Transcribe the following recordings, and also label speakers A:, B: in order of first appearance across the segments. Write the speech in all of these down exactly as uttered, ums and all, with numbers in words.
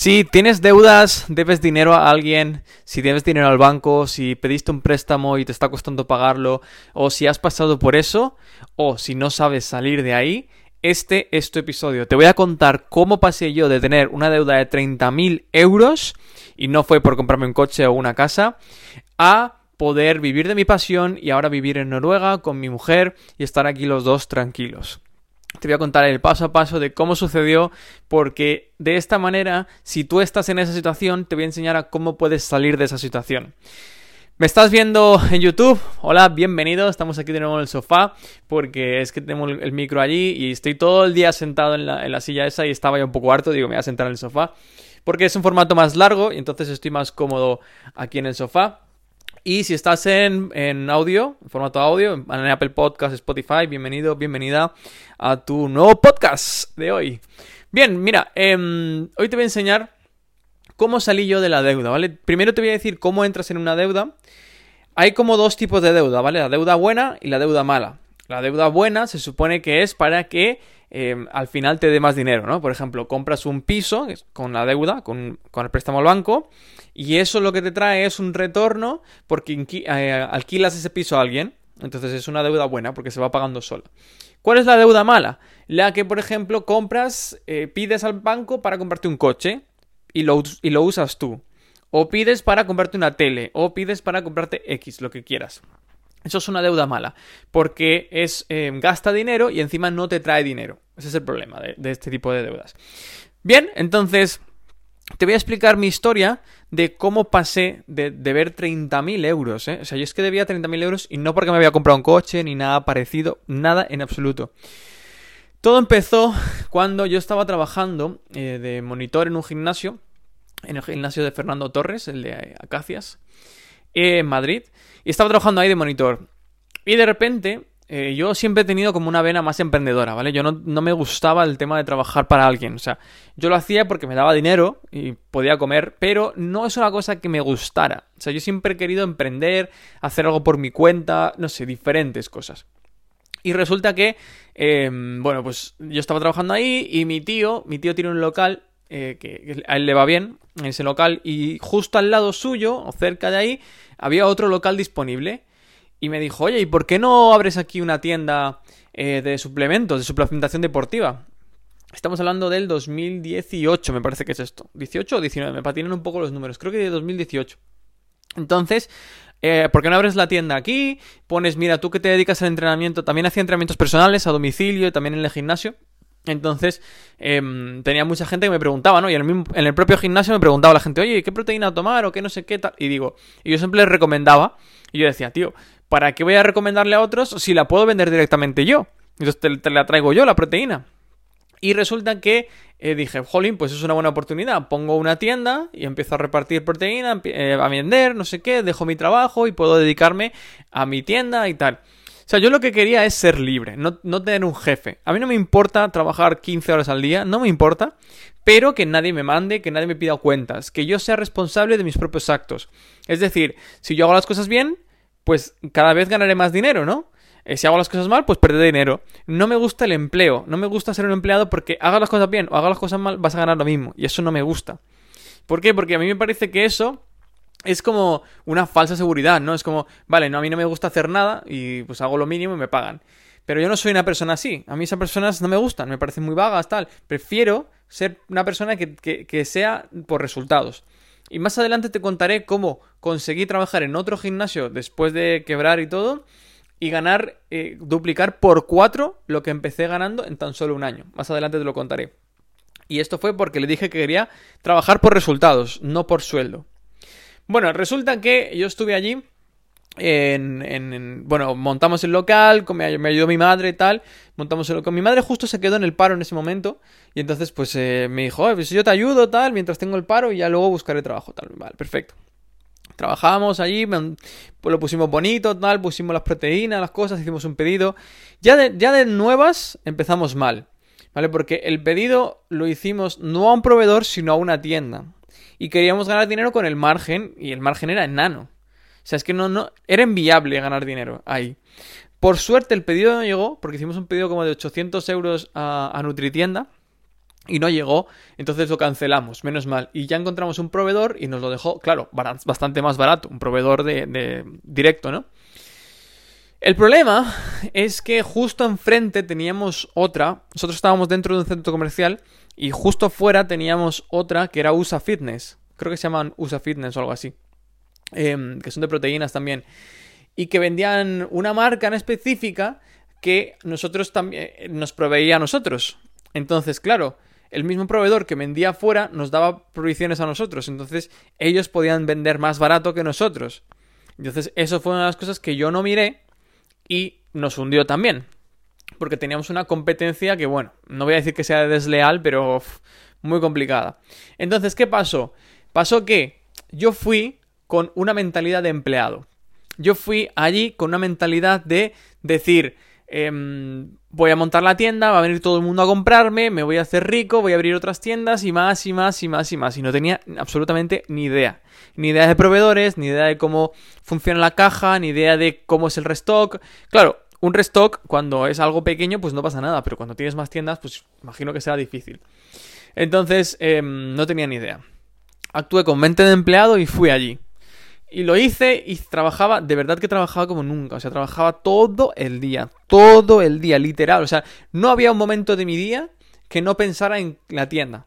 A: Si tienes deudas, debes dinero a alguien, si debes dinero al banco, si pediste un préstamo y te está costando pagarlo, o si has pasado por eso, o si no sabes salir de ahí, este es tu episodio. Te voy a contar cómo pasé yo de tener una deuda de treinta mil euros, y no fue por comprarme un coche o una casa, a poder vivir de mi pasión y ahora vivir en Noruega con mi mujer y estar aquí los dos tranquilos. Te voy a contar el paso a paso de cómo sucedió, porque de esta manera, si tú estás en esa situación, te voy a enseñar a cómo puedes salir de esa situación. ¿Me estás viendo en YouTube? Hola, bienvenido. Estamos aquí de nuevo en el sofá, porque es que tengo el micro allí y estoy todo el día sentado en la, en la silla esa y estaba ya un poco harto. Digo, me voy a sentar en el sofá, porque es un formato más largo y entonces estoy más cómodo aquí en el sofá. Y si estás en, en audio, en formato audio, en Apple Podcast, Spotify, bienvenido, bienvenida a tu nuevo podcast de hoy. Bien, mira, eh, hoy te voy a enseñar cómo salí yo de la deuda, ¿vale? Primero te voy a decir cómo entras en una deuda. Hay como dos tipos de deuda, ¿vale? La deuda buena y la deuda mala. La deuda buena se supone que es para que eh, al final te dé más dinero, ¿no? Por ejemplo, compras un piso con la deuda, con, con el préstamo al banco, y eso lo que te trae es un retorno porque eh, alquilas ese piso a alguien. Entonces es una deuda buena porque se va pagando sola. ¿Cuál es la deuda mala? La que, por ejemplo, compras, eh, pides al banco para comprarte un coche y lo, y lo usas tú. O pides para comprarte una tele, o pides para comprarte X, lo que quieras. Eso es una deuda mala, porque es eh, gasta dinero y encima no te trae dinero. Ese es el problema de, de este tipo de deudas. Bien, entonces te voy a explicar mi historia de cómo pasé de deber treinta mil euros, ¿eh? O sea, yo es que debía treinta mil euros y no porque me había comprado un coche ni nada parecido, nada en absoluto. Todo empezó cuando yo estaba trabajando eh, de monitor en un gimnasio, en el gimnasio de Fernando Torres, el de Acacias, en Madrid, y estaba trabajando ahí de monitor. Y de repente, eh, yo siempre he tenido como una vena más emprendedora, ¿vale? Yo no, no me gustaba el tema de trabajar para alguien. O sea, yo lo hacía porque me daba dinero y podía comer, pero no es una cosa que me gustara. O sea, yo siempre he querido emprender, hacer algo por mi cuenta, no sé, diferentes cosas. Y resulta que, eh, bueno, pues yo estaba trabajando ahí y mi tío, mi tío tiene un local eh, que a él le va bien en ese local, y justo al lado suyo, o cerca de ahí, había otro local disponible. Y me dijo, oye, ¿y por qué no abres aquí una tienda eh, de suplementos, de suplementación deportiva? Estamos hablando del dos mil dieciocho, me parece que es esto. ¿dieciocho o diecinueve? Me patinan un poco los números. Creo que de dos mil dieciocho. Entonces, eh, ¿por qué no abres la tienda aquí? Pones, mira, tú que te dedicas al entrenamiento. También hacía entrenamientos personales a domicilio, también en el gimnasio. Entonces, eh, tenía mucha gente que me preguntaba, ¿no? Y en el, mismo, en el propio gimnasio me preguntaba la gente, oye, ¿qué proteína tomar? O qué no sé qué tal. Y digo, y yo siempre les recomendaba. Y yo decía, tío, ¿para qué voy a recomendarle a otros si la puedo vender directamente yo? Entonces te, te la traigo yo, la proteína. Y resulta que eh, dije, jolín, pues es una buena oportunidad. Pongo una tienda y empiezo a repartir proteína, eh, a vender, no sé qué, dejo mi trabajo y puedo dedicarme a mi tienda y tal. O sea, yo lo que quería es ser libre, no, no tener un jefe. A mí no me importa trabajar quince horas al día, no me importa, pero que nadie me mande, que nadie me pida cuentas, que yo sea responsable de mis propios actos. Es decir, si yo hago las cosas bien, pues cada vez ganaré más dinero, ¿no? Eh, si hago las cosas mal, pues perderé dinero. No me gusta el empleo, no me gusta ser un empleado porque hagas las cosas bien o hagas las cosas mal, vas a ganar lo mismo. Y eso no me gusta. ¿Por qué? Porque a mí me parece que eso es como una falsa seguridad, ¿no? Es como, vale, no, a mí no me gusta hacer nada y pues hago lo mínimo y me pagan. Pero yo no soy una persona así. A mí esas personas no me gustan, me parecen muy vagas, tal. Prefiero ser una persona que, que, que sea por resultados. Y más adelante te contaré cómo conseguí trabajar en otro gimnasio después de quebrar y todo y ganar, eh, duplicar por cuatro lo que empecé ganando en tan solo un año. Más adelante te lo contaré. Y esto fue porque le dije que quería trabajar por resultados, no por sueldo. Bueno, resulta que yo estuve allí, en, en, en, bueno, montamos el local, me, me ayudó mi madre y tal, montamos el local. Mi madre justo se quedó en el paro en ese momento y entonces pues eh, me dijo, pues yo te ayudo tal, mientras tengo el paro y ya luego buscaré trabajo tal. Vale, perfecto. Trabajamos allí, pues lo pusimos bonito tal, pusimos las proteínas, las cosas, hicimos un pedido. Ya de, ya de nuevas empezamos mal, ¿vale? Porque el pedido lo hicimos no a un proveedor, sino a una tienda. Y queríamos ganar dinero con el margen, y el margen era enano. O sea, es que no, no, era inviable ganar dinero ahí. Por suerte el pedido no llegó, porque hicimos un pedido como de ochocientos euros a, a Nutritienda. y no llegó, entonces lo cancelamos, menos mal. Y ya encontramos un proveedor y nos lo dejó, claro, bastante más barato, un proveedor de, de directo, ¿no? El problema es que justo enfrente teníamos otra, nosotros estábamos dentro de un centro comercial y justo afuera teníamos otra que era U S A Fitness, creo que se llaman U S A Fitness o algo así, eh, que son de proteínas también, y que vendían una marca en específica que nosotros también nos proveía a nosotros. Entonces, claro, el mismo proveedor que vendía afuera nos daba provisiones a nosotros, entonces ellos podían vender más barato que nosotros. Entonces eso fue una de las cosas que yo no miré y nos hundió también, porque teníamos una competencia que, bueno, no voy a decir que sea desleal, pero uf, muy complicada. Entonces, ¿qué pasó? Pasó que yo fui con una mentalidad de empleado. Yo fui allí con una mentalidad de decir, eh, voy a montar la tienda, va a venir todo el mundo a comprarme, me voy a hacer rico, voy a abrir otras tiendas y más y más y más y más. Y no tenía absolutamente ni idea. Ni idea de proveedores, ni idea de cómo funciona la caja, ni idea de cómo es el restock. Claro, un restock cuando es algo pequeño pues no pasa nada, pero cuando tienes más tiendas pues imagino que será difícil. Entonces eh, no tenía ni idea. Actué con mente de empleado y fui allí. Y lo hice y trabajaba, de verdad que trabajaba como nunca. O sea, trabajaba todo el día. Todo el día, literal. O sea, no había un momento de mi día que no pensara en la tienda.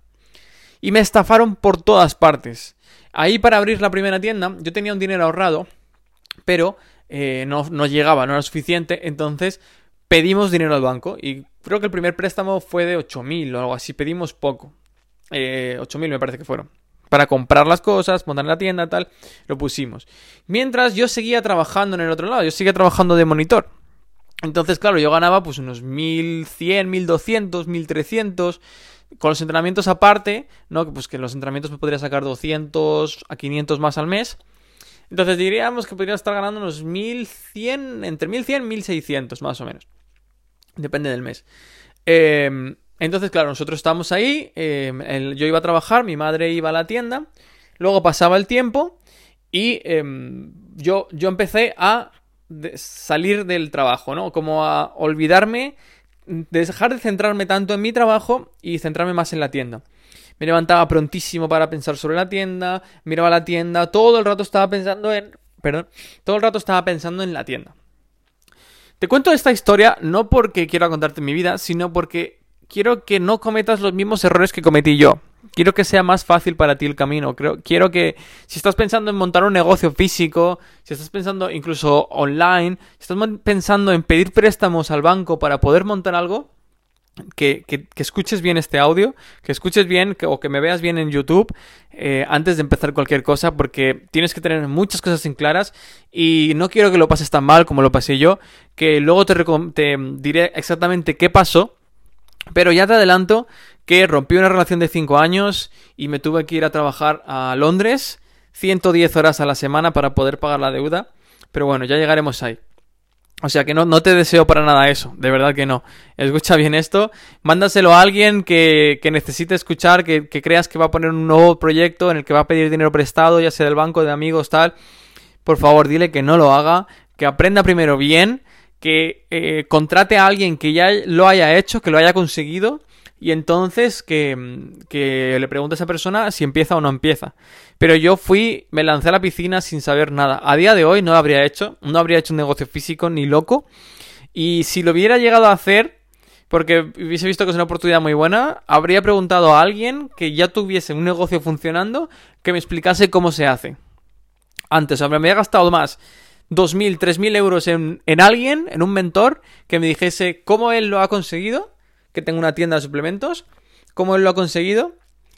A: Y me estafaron por todas partes. Ahí para abrir la primera tienda, yo tenía un dinero ahorrado, pero eh, no, no llegaba, no era suficiente. Entonces pedimos dinero al banco. Y creo que el primer préstamo fue de ocho mil o algo así. Pedimos poco. Eh, ocho mil me parece que fueron. Para comprar las cosas, montar la tienda, tal, lo pusimos. Mientras yo seguía trabajando en el otro lado, yo seguía trabajando de monitor. Entonces, claro, yo ganaba pues unos mil cien, mil doscientos, mil trescientos. Con los entrenamientos aparte, ¿no? Pues que en los entrenamientos me podría sacar doscientos a quinientos más al mes. Entonces diríamos que podría estar ganando unos mil cien, entre mil cien y mil seiscientos más o menos. Depende del mes. Eh... Entonces, claro, nosotros estábamos ahí, eh, el, yo iba a trabajar, mi madre iba a la tienda, luego pasaba el tiempo y eh, yo, yo empecé a de salir del trabajo, ¿no? Como a olvidarme, de dejar de centrarme tanto en mi trabajo y centrarme más en la tienda. Me levantaba prontísimo para pensar sobre la tienda, miraba la tienda, todo el rato estaba pensando en... Perdón, todo el rato estaba pensando en la tienda. Te cuento esta historia no porque quiero contarte mi vida, sino porque... quiero que no cometas los mismos errores que cometí yo. Quiero que sea más fácil para ti el camino. Creo, quiero que si estás pensando en montar un negocio físico, si estás pensando incluso online, si estás pensando en pedir préstamos al banco para poder montar algo, que, que, que escuches bien este audio, que escuches bien que, o que me veas bien en YouTube eh, antes de empezar cualquier cosa, porque tienes que tener muchas cosas en claras y no quiero que lo pases tan mal como lo pasé yo, que luego te, te diré exactamente qué pasó. Pero ya te adelanto que rompí una relación de cinco años y me tuve que ir a trabajar a Londres ciento diez horas a la semana para poder pagar la deuda. Pero bueno, ya llegaremos ahí. O sea que no, no te deseo para nada eso, de verdad que no. Escucha bien esto, mándaselo a alguien que, que necesite escuchar, que, que creas que va a poner un nuevo proyecto en el que va a pedir dinero prestado, ya sea del banco, de amigos, tal. Por favor, dile que no lo haga, que aprenda primero bien, que eh, contrate a alguien que ya lo haya hecho, que lo haya conseguido y entonces que, que le pregunte a esa persona si empieza o no empieza. Pero yo fui, me lancé a la piscina sin saber nada. A día de hoy no lo habría hecho, no habría hecho un negocio físico ni loco. Y si lo hubiera llegado a hacer, porque hubiese visto que es una oportunidad muy buena, habría preguntado a alguien que ya tuviese un negocio funcionando que me explicase cómo se hace. Antes, o sea, me había gastado más dos mil, tres mil euros en, en alguien, en un mentor, que me dijese cómo él lo ha conseguido, que tengo una tienda de suplementos, cómo él lo ha conseguido,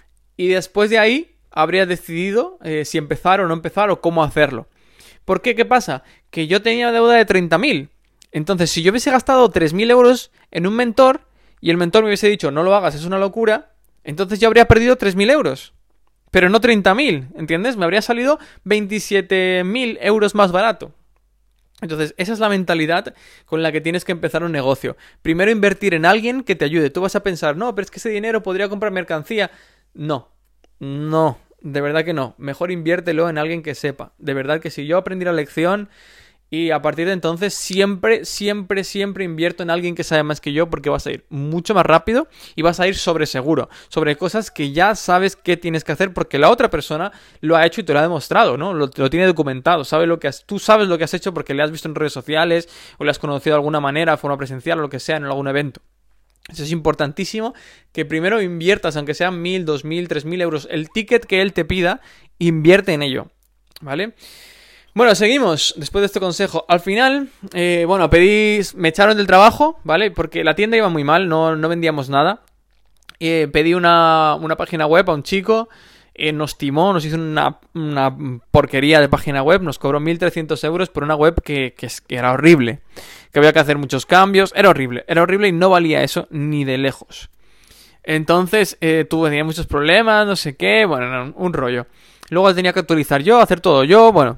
A: y después de ahí habría decidido eh, si empezar o no empezar o cómo hacerlo. ¿Por qué? ¿Qué pasa? Que yo tenía deuda de treinta mil. Entonces, si yo hubiese gastado tres mil euros en un mentor, y el mentor me hubiese dicho, no lo hagas, es una locura, entonces yo habría perdido tres mil euros. Pero no treinta mil, ¿entiendes? Me habría salido veintisiete mil euros más barato. Entonces, esa es la mentalidad con la que tienes que empezar un negocio. Primero invertir en alguien que te ayude. Tú vas a pensar, no, pero es que ese dinero podría comprar mercancía. No, no, de verdad que no. Mejor inviértelo en alguien que sepa. De verdad que si yo aprendí la lección Y a partir de entonces siempre, siempre, siempre invierto en alguien que sabe más que yo porque vas a ir mucho más rápido y vas a ir sobre seguro, sobre cosas que ya sabes que tienes que hacer porque la otra persona lo ha hecho y te lo ha demostrado, ¿no? Lo, lo tiene documentado, sabe lo que has, tú sabes lo que has hecho porque le has visto en redes sociales o le has conocido de alguna manera, de forma presencial o lo que sea en algún evento. Eso es importantísimo, que primero inviertas, aunque sean mil, dos mil, tres mil euros, el ticket que él te pida, invierte en ello, ¿vale? Bueno, seguimos después de este consejo. Al final, eh, bueno, pedí, me echaron del trabajo, ¿vale? Porque la tienda iba muy mal, no, no vendíamos nada. Eh, pedí una, una página web a un chico, eh, nos timó, nos hizo una, una porquería de página web, nos cobró mil trescientos euros por una web que, que, que era horrible, que había que hacer muchos cambios, era horrible, era horrible y no valía eso ni de lejos. Entonces, eh, tuve tenía muchos problemas, no sé qué, bueno, era un, un rollo. Luego tenía que actualizar yo, hacer todo yo, bueno...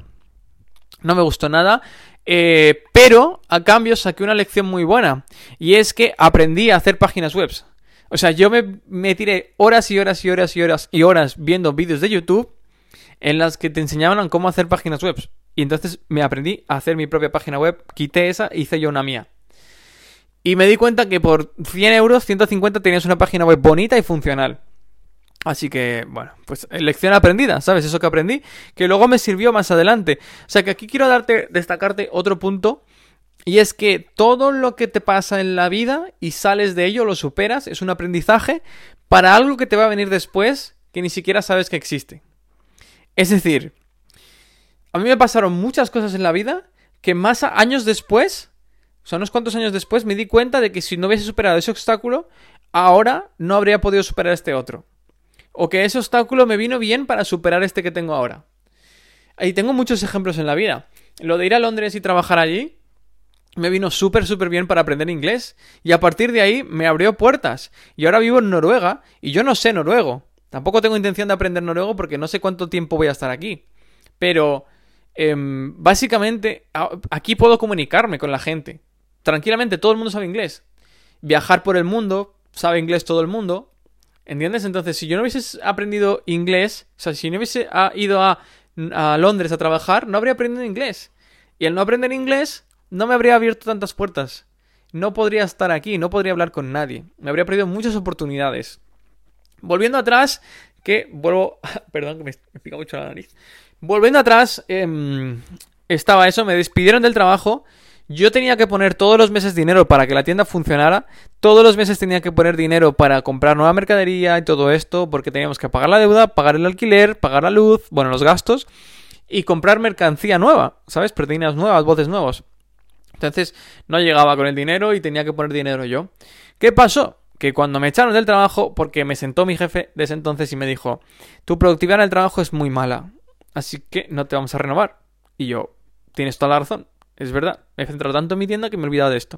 A: No me gustó nada, eh, pero a cambio saqué una lección muy buena. Y es que aprendí a hacer páginas web. O sea, yo me, me tiré horas y horas y horas y horas y horas viendo vídeos de YouTube en las que te enseñaban cómo hacer páginas web. Y entonces me aprendí a hacer mi propia página web, quité esa e hice yo una mía. Y me di cuenta que por cien euros, ciento cincuenta tenías una página web bonita y funcional. Así que, bueno, pues lección aprendida, ¿sabes? Eso que aprendí, que luego me sirvió más adelante. O sea que aquí quiero darte, destacarte otro punto, y es que todo lo que te pasa en la vida y sales de ello, lo superas, es un aprendizaje para algo que te va a venir después que ni siquiera sabes que existe. Es decir, a mí me pasaron muchas cosas en la vida que más años después, o sea, unos cuantos años después, me di cuenta de que si no hubiese superado ese obstáculo, ahora no habría podido superar este otro. O que ese obstáculo me vino bien para superar este que tengo ahora. Y tengo muchos ejemplos en la vida. Lo de ir a Londres y trabajar allí me vino súper, súper bien para aprender inglés. Y a partir de ahí me abrió puertas. Y ahora vivo en Noruega y yo no sé noruego. Tampoco tengo intención de aprender noruego porque no sé cuánto tiempo voy a estar aquí. Pero, eh, básicamente, aquí puedo comunicarme con la gente. Tranquilamente, todo el mundo sabe inglés. Viajar por el mundo, sabe inglés todo el mundo. ¿Entiendes? Entonces, si yo no hubiese aprendido inglés, o sea, si no hubiese ido a, a Londres a trabajar, no habría aprendido inglés. Y al no aprender inglés, no me habría abierto tantas puertas. No podría estar aquí, no podría hablar con nadie. Me habría perdido muchas oportunidades. Volviendo atrás, que vuelvo... Perdón, que me, me pica mucho la nariz. Volviendo atrás, eh, estaba eso, me despidieron del trabajo. Yo tenía que poner todos los meses dinero para que la tienda funcionara. Todos los meses tenía que poner dinero para comprar nueva mercadería y todo esto, porque teníamos que pagar la deuda, pagar el alquiler, pagar la luz, bueno, los gastos, y comprar mercancía nueva, ¿sabes? Proteínas nuevas, botes nuevos. Entonces, no llegaba con el dinero y tenía que poner dinero yo. ¿Qué pasó? Que cuando me echaron del trabajo, porque me sentó mi jefe de ese entonces y me dijo, tu productividad en el trabajo es muy mala, así que no te vamos a renovar. Y yo, tienes toda la razón. Es verdad, me he centrado tanto en mi tienda que me he olvidado de esto.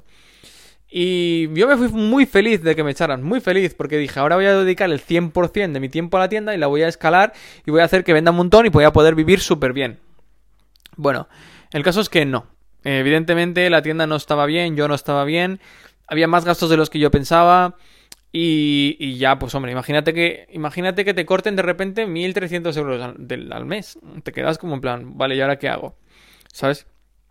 A: Y yo me fui muy feliz de que me echaran, muy feliz, porque dije, ahora voy a dedicar el cien por ciento de mi tiempo a la tienda y la voy a escalar y voy a hacer que venda un montón y voy a poder vivir súper bien. Bueno, el caso es que no. Evidentemente la tienda no estaba bien, yo no estaba bien, había más gastos de los que yo pensaba y, y ya, pues hombre, imagínate que imagínate que te corten de repente mil trescientos euros al, del, al mes. Te quedas como en plan, vale, ¿y ahora qué hago? ¿Sabes?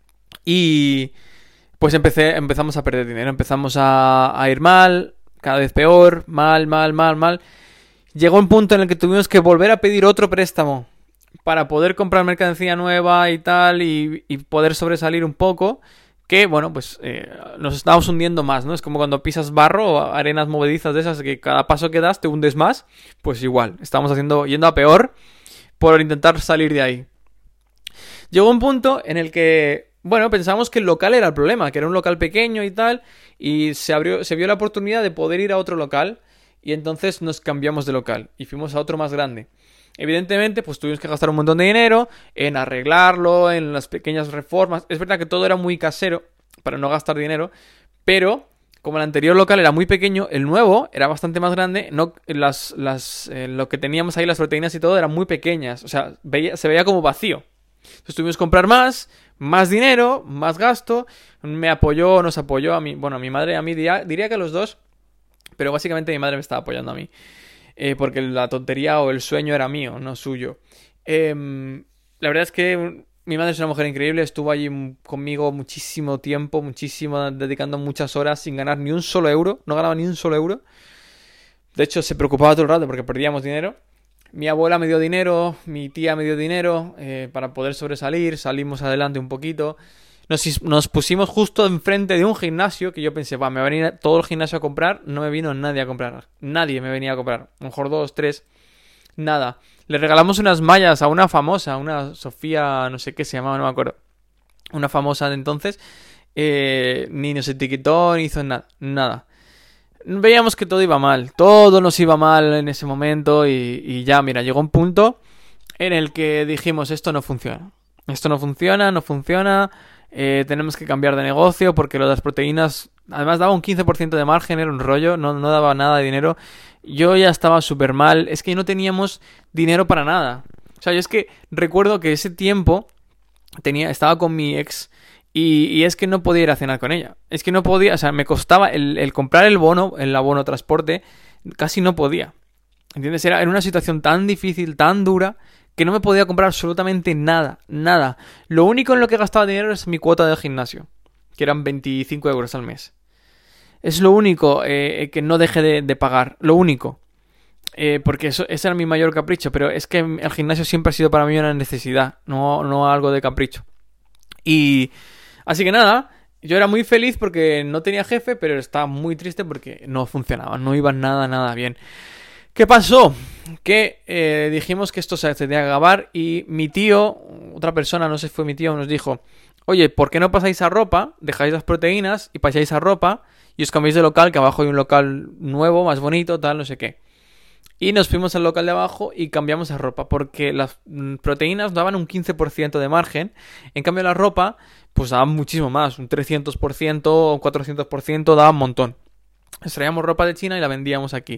A: Y pues empecé, empezamos a perder dinero, empezamos a, a ir mal, cada vez peor, mal, mal, mal, mal. Llegó un punto en el que tuvimos que volver a pedir otro préstamo para poder comprar mercancía nueva y tal, y, y poder sobresalir un poco, que bueno, pues eh, nos estábamos hundiendo más, ¿no? Es como cuando pisas barro o arenas movedizas de esas que cada paso que das te hundes más, pues igual, estamos haciendo, yendo a peor por intentar salir de ahí. Llegó un punto en el que, bueno, pensamos que el local era el problema, que era un local pequeño y tal, y se abrió, se vio la oportunidad de poder ir a otro local, y entonces nos cambiamos de local y fuimos a otro más grande. Evidentemente, pues tuvimos que gastar un montón de dinero en arreglarlo, en las pequeñas reformas. Es verdad que todo era muy casero para no gastar dinero, pero como el anterior local era muy pequeño, el nuevo era bastante más grande. No, las, las, eh, lo que teníamos ahí, las proteínas y todo, eran muy pequeñas. O sea, veía, se veía como vacío. Entonces tuvimos que comprar más, más dinero, más gasto. Me apoyó, nos apoyó a mí, bueno, a mi madre y a mí, diría, diría que a los dos, pero básicamente mi madre me estaba apoyando a mí. Eh, porque la tontería o el sueño era mío, no suyo. Eh, la verdad es que Mi madre es una mujer increíble, estuvo allí m- conmigo muchísimo tiempo, muchísimo, dedicando muchas horas sin ganar ni un solo euro, no ganaba ni un solo euro. De hecho, se preocupaba todo el rato porque perdíamos dinero. Mi abuela me dio dinero, mi tía me dio dinero eh, para poder sobresalir, salimos adelante un poquito. Nos, is- nos pusimos justo enfrente de un gimnasio que yo pensé, va, me va a venir todo el gimnasio a comprar, no me vino nadie a comprar, nadie me venía a comprar, a lo mejor dos, tres, nada. Le regalamos unas mallas a una famosa, una Sofía, no sé qué se llamaba, no me acuerdo, una famosa de entonces, eh, ni nos etiquetó, ni hizo nada, nada. Veíamos que todo iba mal, todo nos iba mal en ese momento y, y ya, mira, llegó un punto en el que dijimos, esto no funciona, esto no funciona, no funciona, eh, tenemos que cambiar de negocio porque lo de las proteínas, además daba un quince por ciento de margen, era un rollo, no, no daba nada de dinero. Yo ya estaba súper mal, es que no teníamos dinero para nada. O sea, yo es que recuerdo que ese tiempo tenía, estaba con mi ex y, y es que no podía ir a cenar con ella. Es que no podía, o sea, me costaba el, el comprar el bono, el abono transporte, casi no podía. ¿Entiendes? Era en una situación tan difícil, tan dura, que no me podía comprar absolutamente nada, nada. Lo único en lo que gastaba dinero es mi cuota del gimnasio, que eran veinticinco euros al mes. Es lo único eh, que no dejé de, de pagar, lo único. Eh, porque eso, ese era mi mayor capricho, pero es que el gimnasio siempre ha sido para mí una necesidad, no, no algo de capricho. Y así que nada, yo era muy feliz porque no tenía jefe, pero estaba muy triste porque no funcionaba, no iba nada, nada bien. ¿Qué pasó? Que eh, dijimos que esto se tenía que acabar y mi tío, otra persona, no sé si fue mi tío, nos dijo, oye, ¿por qué no pasáis a ropa? Dejáis las proteínas y pasáis a ropa y os cambiáis de local, que abajo hay un local nuevo, más bonito, tal, no sé qué. Y nos fuimos al local de abajo y cambiamos a ropa, porque las mm, proteínas daban un quince por ciento de margen, en cambio la ropa, pues daban muchísimo más, un trescientos por ciento o cuatrocientos por ciento, daba un montón. Traíamos ropa de China y la vendíamos aquí.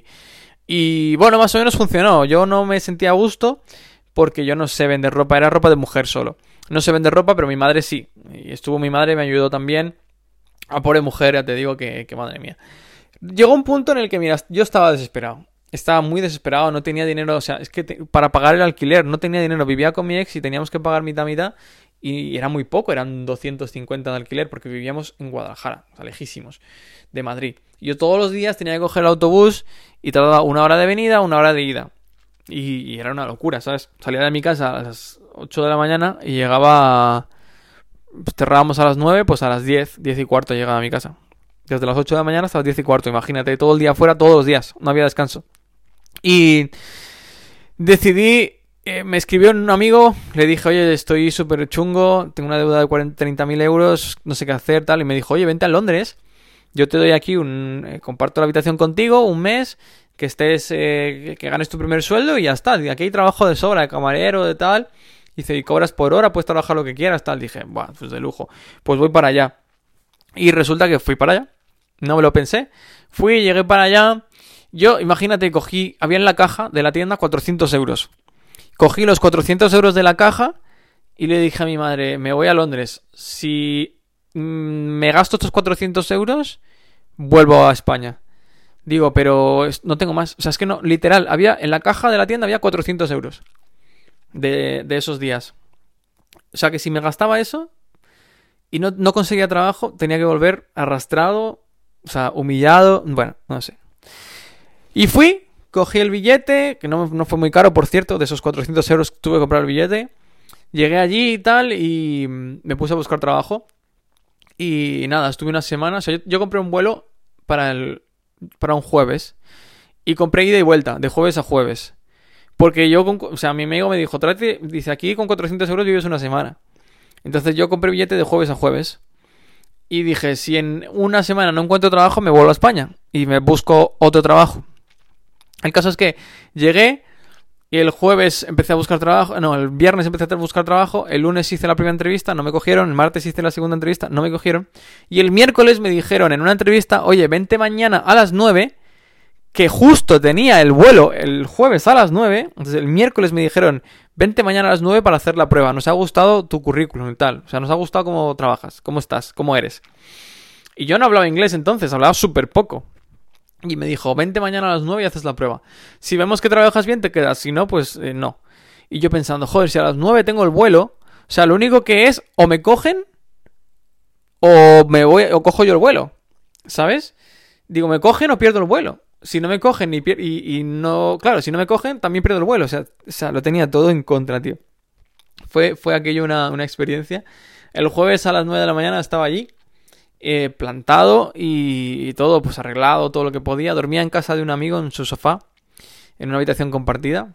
A: Y bueno, más o menos funcionó. Yo no me sentía a gusto porque yo no sé vender ropa, era ropa de mujer solo. No sé vender ropa, pero mi madre sí. Y estuvo mi madre, me ayudó también. A pobre mujer, ya te digo que, que madre mía. Llegó un punto en el que, mira, yo estaba desesperado. Estaba muy desesperado, no tenía dinero, o sea, es que te, para pagar el alquiler no tenía dinero. Vivía con mi ex y teníamos que pagar mitad mitad y era muy poco, eran doscientos cincuenta de alquiler porque vivíamos en Guadalajara, o sea, lejísimos de Madrid. Yo todos los días tenía que coger el autobús y tardaba una hora de venida, una hora de ida. Y, y era una locura, ¿sabes? Salía de mi casa a las ocho de la mañana y llegaba... Pues cerrábamos a las nueve, pues a las diez, diez y cuarto llegaba a mi casa. Desde las ocho de la mañana hasta las diez y cuarto, imagínate, todo el día fuera, todos los días, no había descanso. Y decidí, eh, me escribió un amigo, le dije, oye, estoy súper chungo, tengo una deuda de cuarenta, treinta mil euros, no sé qué hacer, tal. Y me dijo, oye, vente a Londres, yo te doy aquí un... Eh, comparto la habitación contigo un mes, que estés, eh, que ganes tu primer sueldo y ya está. Y aquí hay trabajo de sobra, de camarero, de tal. Dice, y cobras por hora, puedes trabajar lo que quieras, tal. Dije, buah, pues de lujo, pues voy para allá. Y resulta que fui para allá, no me lo pensé, fui, llegué para allá. Yo, imagínate, cogí, había en la caja de la tienda cuatrocientos euros. Cogí los cuatrocientos euros de la caja y le dije a mi madre, me voy a Londres. Si mm, me gasto estos cuatrocientos euros, vuelvo a España. Digo, pero no tengo más. O sea, es que no, literal, había en la caja de la tienda había cuatrocientos euros de, de esos días. O sea, que si me gastaba eso y no, no conseguía trabajo, tenía que volver arrastrado, o sea, humillado, bueno, no sé. Y fui, cogí el billete, que no, no fue muy caro, por cierto, de esos cuatrocientos euros tuve que comprar el billete. Llegué allí y tal, y me puse a buscar trabajo. Y nada, estuve una semana. O sea, yo, yo compré un vuelo para, el, para un jueves. Y compré ida y vuelta, de jueves a jueves. Porque yo, con, o sea, mi amigo me dijo, tráete, dice, aquí con cuatrocientos euros vives una semana. Entonces yo compré billete de jueves a jueves. Y dije, si en una semana no encuentro trabajo, me vuelvo a España. Y me busco otro trabajo. El caso es que llegué y el jueves empecé a buscar trabajo, no, el viernes empecé a buscar trabajo, el lunes hice la primera entrevista, no me cogieron, el martes hice la segunda entrevista, no me cogieron, y el miércoles me dijeron en una entrevista, oye, vente mañana a las nueve, que justo tenía el vuelo el jueves a las nueve, entonces el miércoles me dijeron, vente mañana a las nueve para hacer la prueba, nos ha gustado tu currículum y tal, o sea, nos ha gustado cómo trabajas, cómo estás, cómo eres. Y yo no hablaba inglés entonces, hablaba súper poco. Y me dijo, vente mañana a las nueve y haces la prueba. Si vemos que trabajas bien, te quedas. Si no, pues eh, no. Y yo pensando, joder, si a las nueve tengo el vuelo, O sea, lo único que es o me cogen o me voy o cojo yo el vuelo, ¿sabes? Digo, me cogen o pierdo el vuelo. Si no me cogen y, pier- y, y no... Claro, si no me cogen, también pierdo el vuelo. O sea, o sea lo tenía todo en contra, tío. Fue, fue aquello una, una experiencia. El jueves a las nueve de la mañana estaba allí, eh, plantado y, y todo, pues arreglado, todo lo que podía. Dormía en casa de un amigo en su sofá, en una habitación compartida.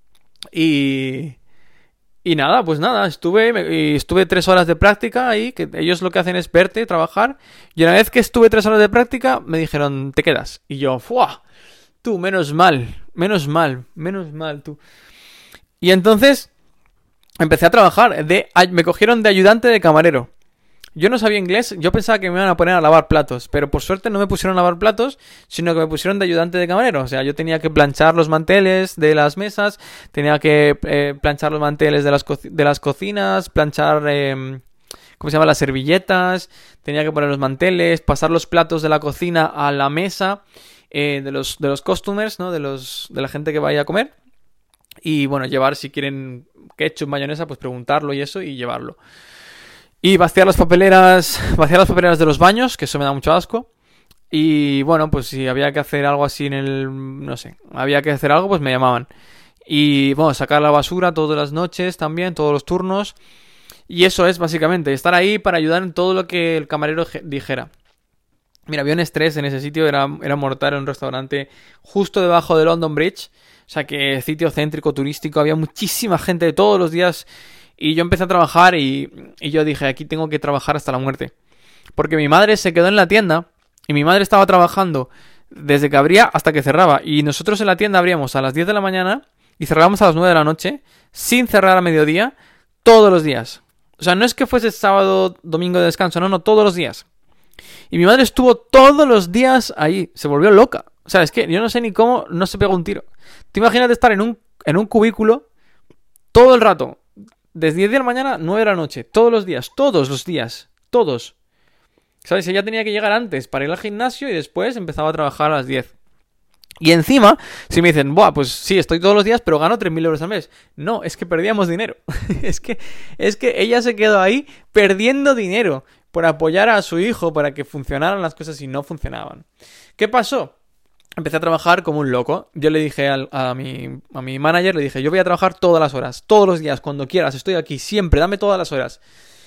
A: Y... Y nada, pues nada, estuve, me- y estuve tres horas de práctica ahí, que ellos lo que hacen es verte, trabajar. Y una vez que estuve tres horas de práctica, me dijeron, te quedas. Y yo, ¡fua! Tú, menos mal, menos mal, menos mal, tú. Y entonces empecé a trabajar. De, ay- me cogieron de ayudante de camarero. Yo no sabía inglés, yo pensaba que me iban a poner a lavar platos, pero por suerte no me pusieron a lavar platos, sino que me pusieron de ayudante de camarero. O sea, yo tenía que planchar los manteles de las mesas, tenía que eh, planchar los manteles de las, co- de las cocinas, planchar, eh, ¿cómo se llama? Las servilletas, tenía que poner los manteles, pasar los platos de la cocina a la mesa eh, de los, de los customers, ¿no? De los, de la gente que vaya a comer. Y bueno, llevar si quieren ketchup, mayonesa, pues preguntarlo y eso y llevarlo. Y vaciar las papeleras, vaciar las papeleras de los baños, que eso me da mucho asco. Y bueno, pues si había que hacer algo así en el... no sé, había que hacer algo, pues me llamaban. Y bueno, sacar la basura todas las noches también, todos los turnos. Y eso es básicamente, estar ahí para ayudar en todo lo que el camarero je- dijera. Mira, había un estrés en ese sitio, era, era mortal, en un restaurante justo debajo de London Bridge. O sea que sitio céntrico, turístico, había muchísima gente todos los días. Y yo empecé a trabajar y, y yo dije, aquí tengo que trabajar hasta la muerte. Porque mi madre se quedó en la tienda y mi madre estaba trabajando desde que abría hasta que cerraba. Y nosotros en la tienda abríamos a las diez de la mañana y cerrábamos a las nueve de la noche, sin cerrar a mediodía, todos los días. O sea, no es que fuese sábado, domingo de descanso, no, no, todos los días. Y mi madre estuvo todos los días ahí, se volvió loca. O sea, es que yo no sé ni cómo no se pegó un tiro. Te imaginas de estar en un, en un cubículo todo el rato, desde diez de la mañana, nueve de la noche, todos los días, todos los días, todos. ¿Sabes? Ella tenía que llegar antes para ir al gimnasio y después empezaba a trabajar a las diez. Y encima, si me dicen, buah, pues sí, estoy todos los días, pero gano tres mil euros al mes. No, es que perdíamos dinero. es que es que ella se quedó ahí perdiendo dinero por apoyar a su hijo para que funcionaran las cosas y no funcionaban. ¿Qué pasó? Empecé a trabajar como un loco. Yo le dije al, a, mi, a mi manager, le dije, yo voy a trabajar todas las horas, todos los días, cuando quieras, estoy aquí, siempre, dame todas las horas.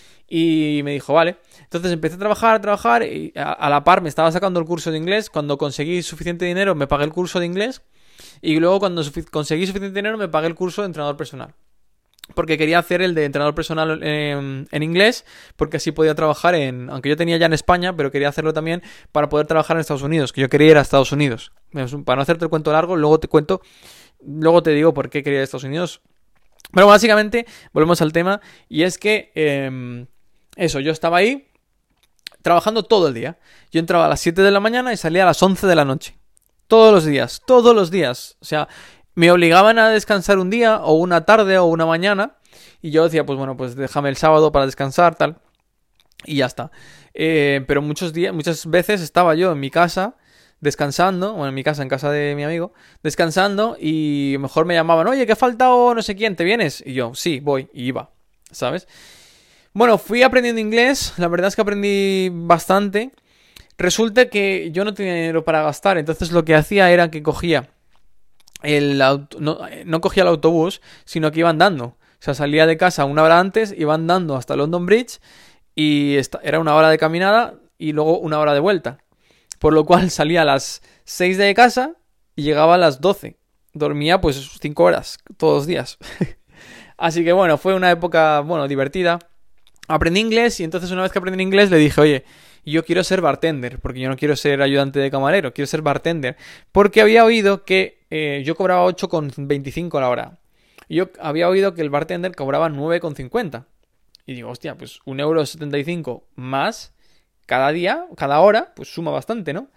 A: Y me dijo, vale. Entonces empecé a trabajar, a trabajar y a, a la par me estaba sacando el curso de inglés. Cuando conseguí suficiente dinero me pagué el curso de inglés. Y luego cuando sufi- conseguí suficiente dinero me pagué el curso de entrenador personal. Porque quería hacer el de entrenador personal en, en inglés, porque así podía trabajar en... Aunque yo tenía ya en España, pero quería hacerlo también para poder trabajar en Estados Unidos, que yo quería ir a Estados Unidos. Para no hacerte el cuento largo, luego te cuento, luego te digo por qué quería ir a Estados Unidos. Pero básicamente, volvemos al tema, y es que... Eh, eso, yo estaba ahí trabajando todo el día. Yo entraba a las siete de la mañana y salía a las once de la noche. Todos los días, todos los días. O sea, me obligaban a descansar un día, o una tarde, o una mañana. Y yo decía, pues bueno, pues déjame el sábado para descansar, tal. Y ya está. Eh, pero muchos días, muchas veces estaba yo en mi casa descansando, bueno, en mi casa, en casa de mi amigo, descansando, y mejor me llamaban, oye, que ha faltado no sé quién, ¿te vienes? Y yo, sí, voy, y iba, ¿sabes? Bueno, fui aprendiendo inglés, la verdad es que aprendí bastante. Resulta que yo no tenía dinero para gastar, entonces lo que hacía era que cogía el auto, no, no cogía el autobús, sino que iba andando. O sea, salía de casa una hora antes, iba andando hasta London Bridge y esta, era una hora de caminada y luego una hora de vuelta. Por lo cual salía a las seis de casa y llegaba a las doce. Dormía pues cinco horas todos los días. Así que bueno, fue una época, bueno, divertida. Aprendí inglés y entonces una vez que aprendí inglés le dije, oye, yo quiero ser bartender, porque yo no quiero ser ayudante de camarero, quiero ser bartender. Porque había oído que eh, yo cobraba ocho con veinticinco la hora. Y yo había oído que el bartender cobraba nueve con cincuenta. Y digo, hostia, pues un euro setenta y cinco más cada día, cada hora, pues suma bastante, ¿no?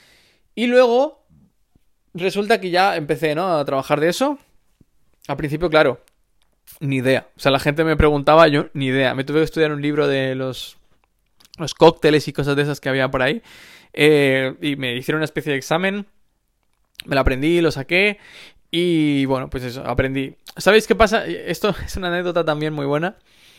A: Y luego resulta que ya empecé, ¿no?, a trabajar de eso. Al principio, claro, ni idea. O sea, la gente me preguntaba, yo ni idea. Me tuve que estudiar un libro de los, los cócteles y cosas de esas que había por ahí. Eh, y me hicieron una especie de examen. Me lo aprendí, lo saqué. Y bueno, pues eso, aprendí. ¿Sabéis qué pasa? Esto es una anécdota también muy buena.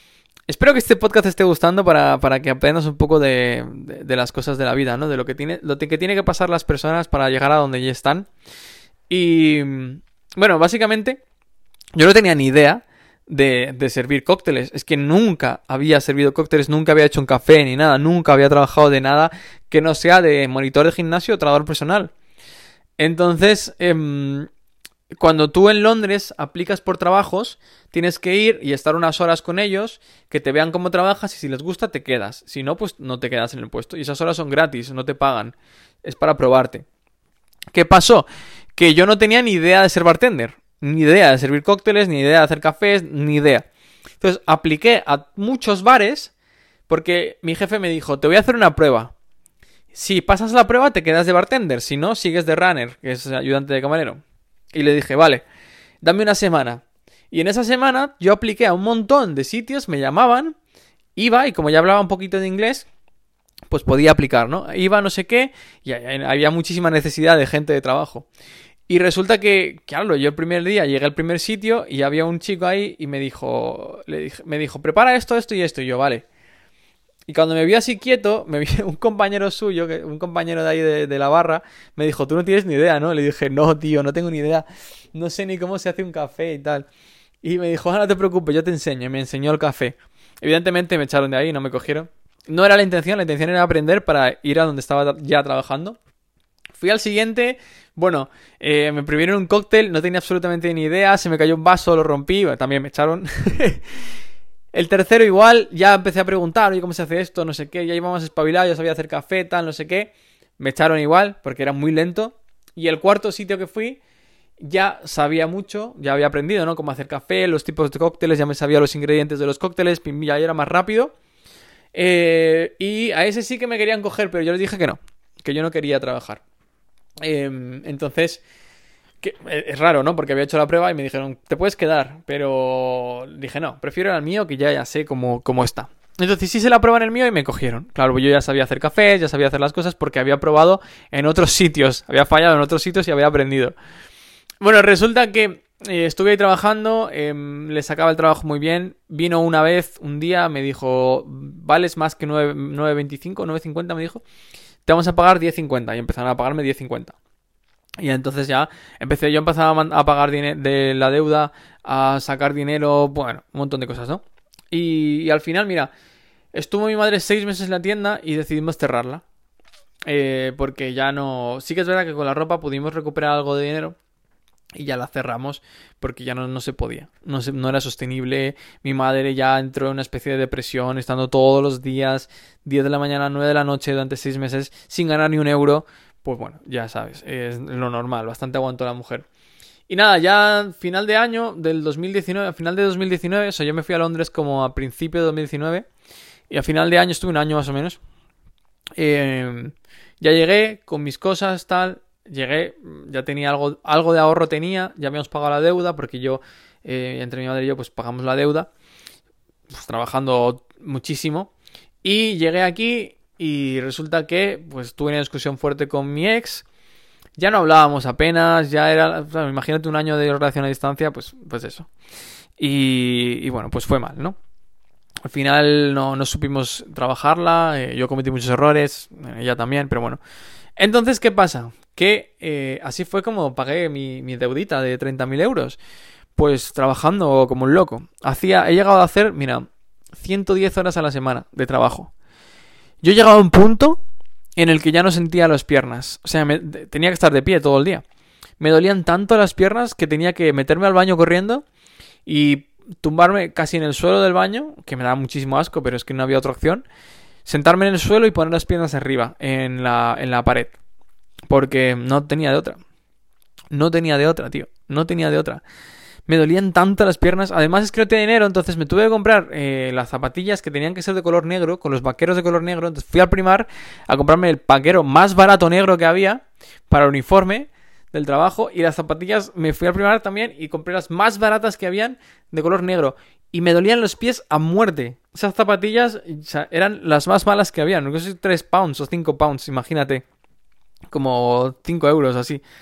A: Espero que este podcast te esté gustando para, para que aprendas un poco de, de, de las cosas de la vida, ¿no? De lo que tiene, lo que tiene que pasar las personas para llegar a donde ya están. Y bueno, básicamente yo no tenía ni idea de, de servir cócteles. Es que nunca había servido cócteles, nunca había hecho un café ni nada, nunca había trabajado de nada que no sea de monitor de gimnasio o trabajador personal. Entonces, eh, cuando tú en Londres aplicas por trabajos, tienes que ir y estar unas horas con ellos, que te vean cómo trabajas y si les gusta te quedas. Si no, pues no te quedas en el puesto. Y esas horas son gratis, no te pagan. Es para probarte. ¿Qué pasó? Que yo no tenía ni idea de ser bartender. Ni idea de servir cócteles, ni idea de hacer cafés, ni idea. Entonces apliqué a muchos bares porque mi jefe me dijo, te voy a hacer una prueba. Si pasas la prueba te quedas de bartender, si no, sigues de runner, que es ayudante de camarero. Y le dije, vale, dame una semana. Y en esa semana yo apliqué a un montón de sitios, me llamaban, iba y como ya hablaba un poquito de inglés, pues podía aplicar, ¿no? Iba no sé qué y había muchísima necesidad de gente de trabajo. Y resulta que, claro, yo el primer día llegué al primer sitio y había un chico ahí y me dijo, le dije, me dijo, prepara esto, esto y esto. Y yo, vale. Y cuando me vio así quieto, me vio un compañero suyo, un compañero de ahí de, de la barra, me dijo, tú no tienes ni idea, ¿no? Le dije, no, tío, no tengo ni idea. No sé ni cómo se hace un café y tal. Y me dijo, ah, no te preocupes, yo te enseño. Y me enseñó el café. Evidentemente me echaron de ahí, no me cogieron. No era la intención, la intención era aprender para ir a donde estaba ya trabajando. Fui al siguiente, bueno, eh, me prohibieron un cóctel, no tenía absolutamente ni idea, se me cayó un vaso, lo rompí, bueno, también me echaron. El tercero igual, ya empecé a preguntar, oye, ¿cómo se hace esto? No sé qué, ya íbamos espabilados, ya sabía hacer café, tal, no sé qué. Me echaron igual, porque era muy lento. Y el cuarto sitio que fui, ya sabía mucho, ya había aprendido, ¿no? Cómo hacer café, los tipos de cócteles, ya me sabía los ingredientes de los cócteles, ya era más rápido. Eh, y a ese sí que me querían coger, pero yo les dije que no, que yo no quería trabajar. Eh, entonces... Que es raro, ¿no? Porque había hecho la prueba y me dijeron, te puedes quedar, pero dije, no, prefiero el mío que ya, ya sé cómo, cómo está. Entonces hice la prueba en el mío y me cogieron. Claro, yo ya sabía hacer cafés, ya sabía hacer las cosas porque había probado en otros sitios, había fallado en otros sitios y había aprendido. Bueno, resulta que eh, estuve ahí trabajando, eh, le sacaba el trabajo muy bien, vino una vez, un día, me dijo, vales más que nueve veinticinco, nueve cincuenta, me dijo, te vamos a pagar diez cincuenta y empezaron a pagarme diez cincuenta. Y entonces ya empecé, yo empezaba a pagar dinero de la deuda, a sacar dinero, bueno, un montón de cosas, ¿no? Y, y al final, mira, estuvo mi madre seis meses en la tienda y decidimos cerrarla. Eh, porque ya no... Sí que es verdad que con la ropa pudimos recuperar algo de dinero y ya la cerramos porque ya no, no se podía. No, se, no era sostenible. Mi madre ya entró en una especie de depresión, estando todos los días, diez de la mañana, nueve de la noche, durante seis meses, sin ganar ni un euro. Pues bueno, ya sabes, es lo normal, bastante aguantó la mujer. Y nada, ya final de año del dos mil diecinueve, a final de dos mil diecinueve, o sea, yo me fui a Londres como a principio de dos mil diecinueve y a final de año estuve un año más o menos. Eh, ya llegué con mis cosas, tal, llegué, ya tenía algo, algo de ahorro tenía, ya habíamos pagado la deuda porque yo, eh, entre mi madre y yo, pues pagamos la deuda, pues trabajando muchísimo. Y llegué aquí... Y resulta que, pues, tuve una discusión fuerte con mi ex. Ya no hablábamos apenas, ya era... O sea, imagínate un año de relación a distancia, pues, pues eso. Y, y bueno, pues fue mal, ¿no? Al final no, no supimos trabajarla, eh, yo cometí muchos errores, ella también, pero bueno. Entonces, ¿qué pasa? Que eh, así fue como pagué mi, mi deudita de treinta mil euros. Pues trabajando como un loco. Hacía, he llegado a hacer, mira, ciento diez horas a la semana de trabajo. Yo he llegado a un punto en el que ya no sentía las piernas. O sea, me, tenía que estar de pie todo el día. Me dolían tanto las piernas que tenía que meterme al baño corriendo y tumbarme casi en el suelo del baño, que me daba muchísimo asco, pero es que no había otra opción. Sentarme en el suelo y poner las piernas arriba, en la, en la pared. Porque no tenía de otra. No tenía de otra, tío. No tenía de otra. Me dolían tanto las piernas. Además es que no tenía dinero, entonces me tuve que comprar eh, las zapatillas que tenían que ser de color negro, con los vaqueros de color negro. Entonces fui al Primark a comprarme el vaquero más barato negro que había para el uniforme del trabajo. Y las zapatillas me fui al Primark también y compré las más baratas que habían de color negro. Y me dolían los pies a muerte. Esas zapatillas, o sea, eran las más malas que habían. No sé si tres pounds o cinco pounds, imagínate. Como cinco euros así.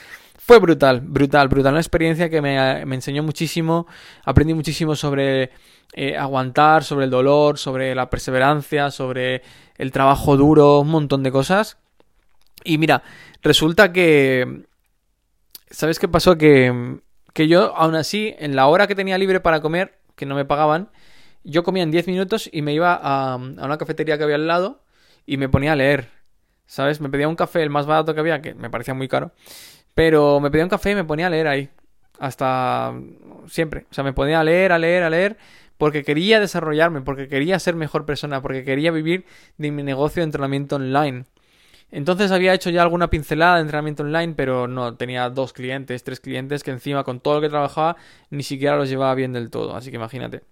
A: fue brutal, brutal, brutal. Una experiencia que me, me enseñó muchísimo. Aprendí muchísimo sobre eh, aguantar, sobre el dolor, sobre la perseverancia, sobre el trabajo duro, un montón de cosas. Y mira, resulta que... ¿Sabes qué pasó? Que, que yo, aún así, en la hora que tenía libre para comer, que no me pagaban, yo comía en diez minutos y me iba a, a una cafetería que había al lado y me ponía a leer, ¿sabes? Me pedía un café, el más barato que había, que me parecía muy caro, pero me pedía un café y me ponía a leer ahí, hasta siempre. O sea, me ponía a leer, a leer, a leer, porque quería desarrollarme, porque quería ser mejor persona, porque quería vivir de mi negocio de entrenamiento online. Entonces había hecho ya alguna pincelada de entrenamiento online, pero no, tenía dos clientes, tres clientes que encima con todo lo que trabajaba ni siquiera los llevaba bien del todo, así que imagínate.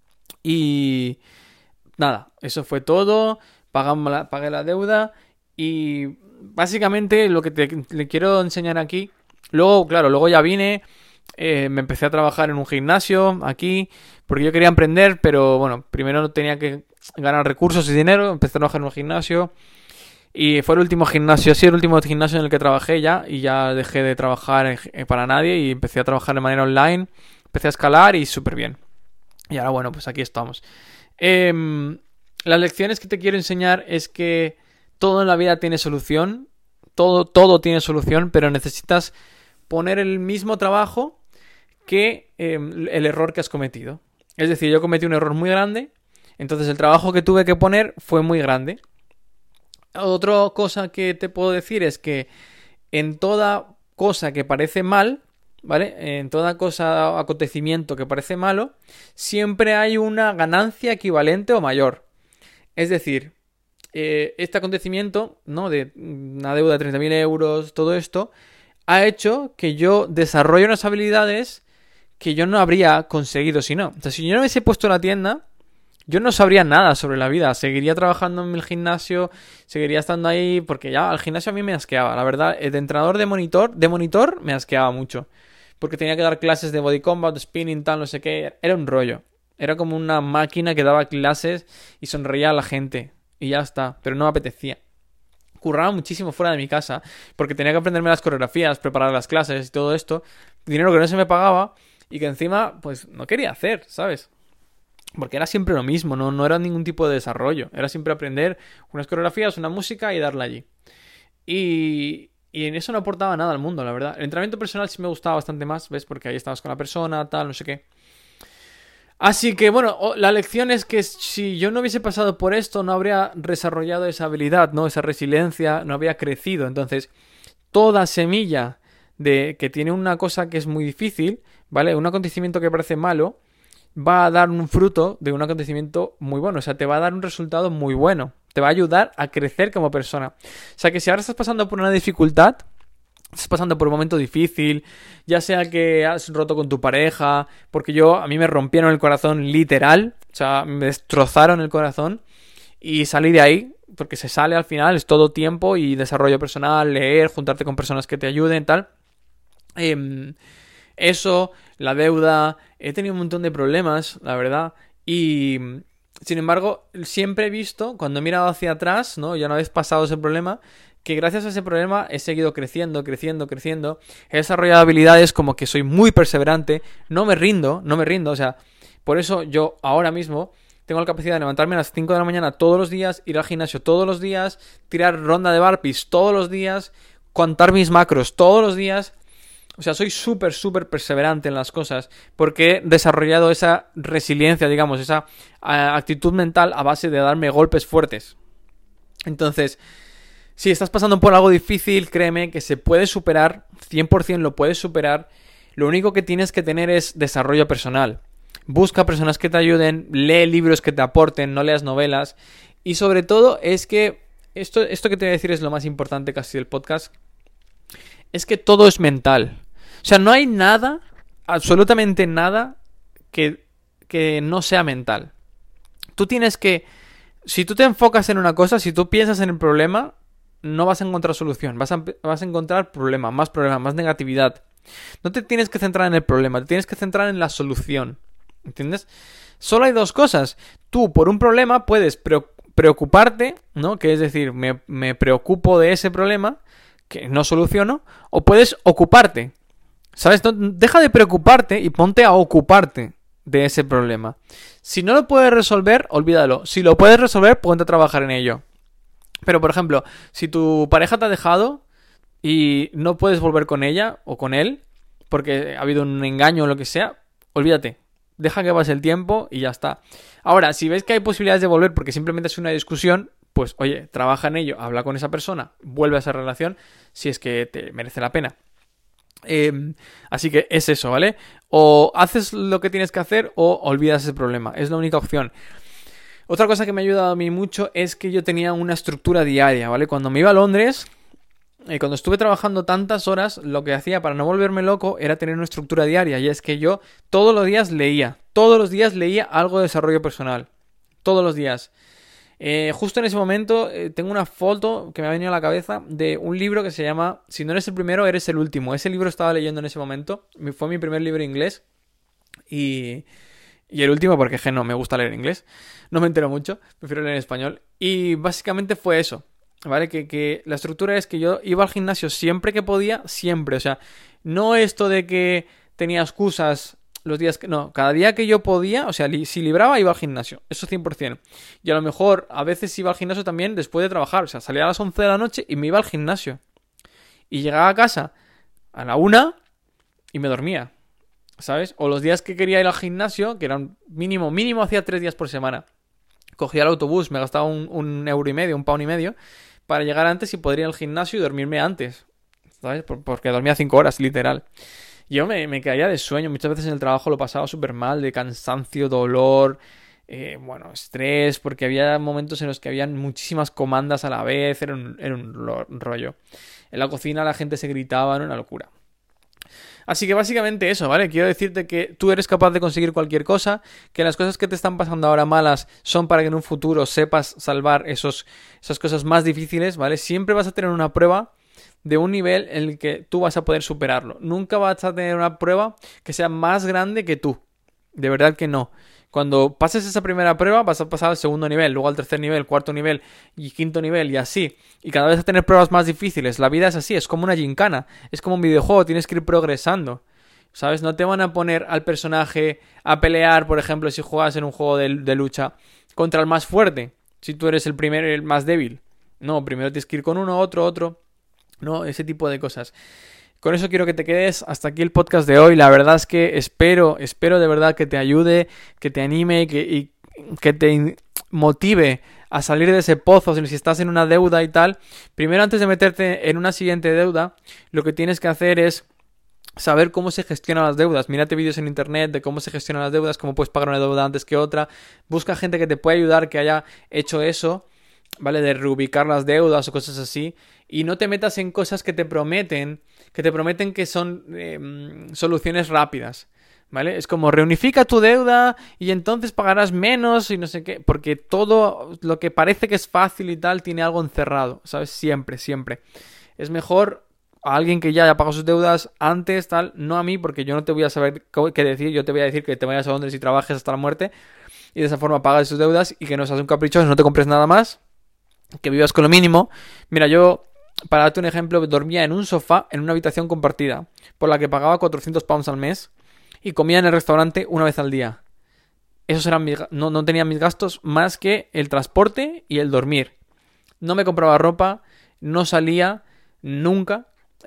A: Y nada, eso fue todo, pagamos la, pagué la deuda y básicamente lo que te, le quiero enseñar aquí, luego, claro, luego ya vine, eh, me empecé a trabajar en un gimnasio aquí, porque yo quería emprender, pero bueno, primero tenía que ganar recursos y dinero, empecé a trabajar en un gimnasio. Y fue el último gimnasio, sí, el último gimnasio en el que trabajé ya. Y ya dejé de trabajar en, para nadie y empecé a trabajar de manera online. Empecé a escalar y súper bien. Y ahora, bueno, pues aquí estamos. Eh, las lecciones que te quiero enseñar es que todo en la vida tiene solución. Todo, todo tiene solución, pero necesitas poner el mismo trabajo que eh, el error que has cometido. Es decir, yo cometí un error muy grande. Entonces el trabajo que tuve que poner fue muy grande. Otra cosa que te puedo decir es que en toda cosa que parece mal, ¿vale? En toda cosa, acontecimiento que parece malo, siempre hay una ganancia equivalente o mayor. Es decir, eh, este acontecimiento, ¿no? De una deuda de treinta mil euros, todo esto, ha hecho que yo desarrolle unas habilidades que yo no habría conseguido si no. O sea, si yo no me hubiese puesto en la tienda, yo no sabría nada sobre la vida, seguiría trabajando en el gimnasio, seguiría estando ahí, porque ya al gimnasio a mí me asqueaba, la verdad, el de entrenador de monitor, de monitor me asqueaba mucho, porque tenía que dar clases de body combat, de spinning, tal, no sé qué, era un rollo, era como una máquina que daba clases y sonreía a la gente, y ya está, pero no me apetecía. Curraba muchísimo fuera de mi casa, porque tenía que aprenderme las coreografías, preparar las clases y todo esto, dinero que no se me pagaba, y que encima, pues, no quería hacer, ¿sabes? Porque era siempre lo mismo, no, no era ningún tipo de desarrollo. Era siempre aprender unas coreografías, una música y darla allí. Y, y en eso no aportaba nada al mundo, la verdad. El entrenamiento personal sí me gustaba bastante más, ¿ves? Porque ahí estabas con la persona, tal, no sé qué. Así que, bueno, la lección es que si yo no hubiese pasado por esto, no habría desarrollado esa habilidad, ¿no? Esa resiliencia, no habría crecido. Entonces, toda semilla de que tiene una cosa que es muy difícil, ¿vale? Un acontecimiento que parece malo, va a dar un fruto de un acontecimiento muy bueno. O sea, te va a dar un resultado muy bueno. Te va a ayudar a crecer como persona. O sea, que si ahora estás pasando por una dificultad, estás pasando por un momento difícil, ya sea que has roto con tu pareja, porque yo, a mí me rompieron el corazón literal, o sea, me destrozaron el corazón y salí de ahí, porque se sale al final, es todo tiempo y desarrollo personal, leer, juntarte con personas que te ayuden, tal. Eh, eso, la deuda, he tenido un montón de problemas, la verdad, y sin embargo, siempre he visto, cuando he mirado hacia atrás, ¿no? Ya una vez pasado ese problema, que gracias a ese problema he seguido creciendo, creciendo, creciendo, he desarrollado habilidades como que soy muy perseverante, no me rindo, no me rindo, o sea, por eso yo ahora mismo tengo la capacidad de levantarme a las cinco de la mañana todos los días, ir al gimnasio todos los días, tirar ronda de burpees todos los días, contar mis macros todos los días. O sea, soy súper, súper perseverante en las cosas porque he desarrollado esa resiliencia, digamos, esa actitud mental a base de darme golpes fuertes. Entonces, si estás pasando por algo difícil, créeme que se puede superar, cien por ciento lo puedes superar. Lo único que tienes que tener es desarrollo personal. Busca personas que te ayuden, lee libros que te aporten, no leas novelas. Y sobre todo es que, esto, esto que te voy a decir es lo más importante casi del podcast, es que todo es mental. O sea, no hay nada, absolutamente nada, que, que no sea mental. Tú tienes que... Si tú te enfocas en una cosa, si tú piensas en el problema, no vas a encontrar solución. Vas a, vas a encontrar problema, más problema, más negatividad. No te tienes que centrar en el problema, te tienes que centrar en la solución. ¿Entiendes? Solo hay dos cosas. Tú, por un problema, puedes preocuparte, ¿no? Que es decir, me, me preocupo de ese problema, que no soluciono, o puedes ocuparte. ¿Sabes? No, deja de preocuparte y ponte a ocuparte de ese problema. Si no lo puedes resolver, olvídalo. Si lo puedes resolver, ponte a trabajar en ello. Pero, por ejemplo, si tu pareja te ha dejado y no puedes volver con ella o con él, porque ha habido un engaño o lo que sea, olvídate. Deja que pase el tiempo y ya está. Ahora, si ves que hay posibilidades de volver porque simplemente es una discusión, pues oye, trabaja en ello, habla con esa persona, vuelve a esa relación si es que te merece la pena. Eh, así que es eso, ¿vale? O haces lo que tienes que hacer o olvidas ese problema. Es la única opción. Otra cosa que me ha ayudado a mí mucho es que yo tenía una estructura diaria, ¿vale? Cuando me iba a Londres, eh, cuando estuve trabajando tantas horas, lo que hacía para no volverme loco era tener una estructura diaria. Y es que yo todos los días leía, todos los días leía algo de desarrollo personal. Todos los días. Eh, justo en ese momento eh, tengo una foto que me ha venido a la cabeza de un libro que se llama Si no eres el primero, eres el último. Ese libro estaba leyendo en ese momento. Fue mi primer libro en inglés. Y, y el último porque je, no, me gusta leer en inglés. No me entero mucho, prefiero leer en español. Y básicamente fue eso, ¿vale? Que, que la estructura es que yo iba al gimnasio siempre que podía, siempre. O sea, no esto de que tenía excusas los días que... No, cada día que yo podía, o sea, li, si libraba iba al gimnasio, eso cien por ciento. Y a lo mejor a veces iba al gimnasio también después de trabajar, o sea, salía a las once de la noche y me iba al gimnasio. Y llegaba a casa a la una y me dormía, ¿sabes? O los días que quería ir al gimnasio, que eran mínimo, mínimo hacía tres días por semana. Cogía el autobús, me gastaba un, un euro y medio, un pound y medio, para llegar antes y poder ir al gimnasio y dormirme antes, ¿sabes? Porque dormía cinco horas, literal. Yo me, me caía de sueño, muchas veces en el trabajo lo pasaba súper mal, de cansancio, dolor, eh, bueno, estrés, porque había momentos en los que habían muchísimas comandas a la vez, era un, era un rollo. En la cocina la gente se gritaba, era una locura. Así que básicamente eso, ¿vale? Quiero decirte que tú eres capaz de conseguir cualquier cosa, que las cosas que te están pasando ahora malas son para que en un futuro sepas salvar esos, esas cosas más difíciles, ¿vale? Siempre vas a tener una prueba de un nivel en el que tú vas a poder superarlo. Nunca vas a tener una prueba que sea más grande que tú. De verdad que no. Cuando pases esa primera prueba vas a pasar al segundo nivel, luego al tercer nivel, cuarto nivel y quinto nivel y así. Y cada vez vas a tener pruebas más difíciles. La vida es así, es como una gincana. Es como un videojuego, tienes que ir progresando. ¿Sabes? No te van a poner al personaje a pelear, por ejemplo, si juegas en un juego de, de lucha contra el más fuerte. Si tú eres el primero y el más débil. No, primero tienes que ir con uno, otro, otro. No, ese tipo de cosas. Con eso quiero que te quedes. Hasta aquí el podcast de hoy. La verdad es que espero, espero de verdad que te ayude, que te anime que, y que te motive a salir de ese pozo. Si estás en una deuda y tal, primero antes de meterte en una siguiente deuda, lo que tienes que hacer es saber cómo se gestionan las deudas. Mírate vídeos en internet de cómo se gestionan las deudas, cómo puedes pagar una deuda antes que otra. Busca gente que te pueda ayudar, que haya hecho eso, ¿vale? De reubicar las deudas o cosas así. Y no te metas en cosas que te prometen, que te prometen que son eh, soluciones rápidas, ¿vale? Es como reunifica tu deuda y entonces pagarás menos y no sé qué. Porque todo lo que parece que es fácil y tal tiene algo encerrado, ¿sabes? Siempre, siempre. Es mejor a alguien que ya haya pagado sus deudas antes, tal. No a mí, porque yo no te voy a saber qué decir. Yo te voy a decir que te vayas a Londres y trabajes hasta la muerte. Y de esa forma pagas sus deudas y que no seas un caprichoso, no te compres nada más. Que vivas con lo mínimo. Mira, yo, para darte un ejemplo, dormía en un sofá en una habitación compartida, por la que pagaba cuatrocientos pounds al mes y comía en el restaurante una vez al día. Esos eran mis, no, no tenía mis gastos más que el transporte y el dormir. No me compraba ropa, no salía nunca,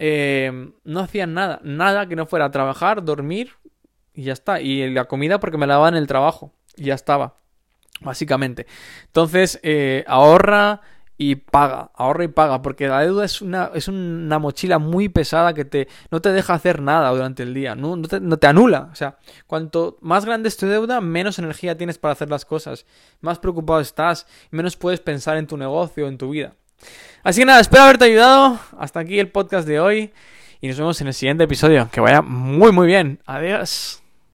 A: eh, no hacía nada, nada que no fuera a trabajar, dormir y ya está. Y la comida porque me la daban en el trabajo y ya estaba. Básicamente. Entonces, eh, ahorra y paga. Ahorra y paga. Porque la deuda es una, es una mochila muy pesada que te, no te deja hacer nada durante el día. No, no, te, no te anula. O sea, cuanto más grande es tu deuda, menos energía tienes para hacer las cosas. Más preocupado estás. Menos puedes pensar en tu negocio, en tu vida. Así que nada, espero haberte ayudado. Hasta aquí el podcast de hoy. Y nos vemos en el siguiente episodio. Que vaya muy muy bien. Adiós.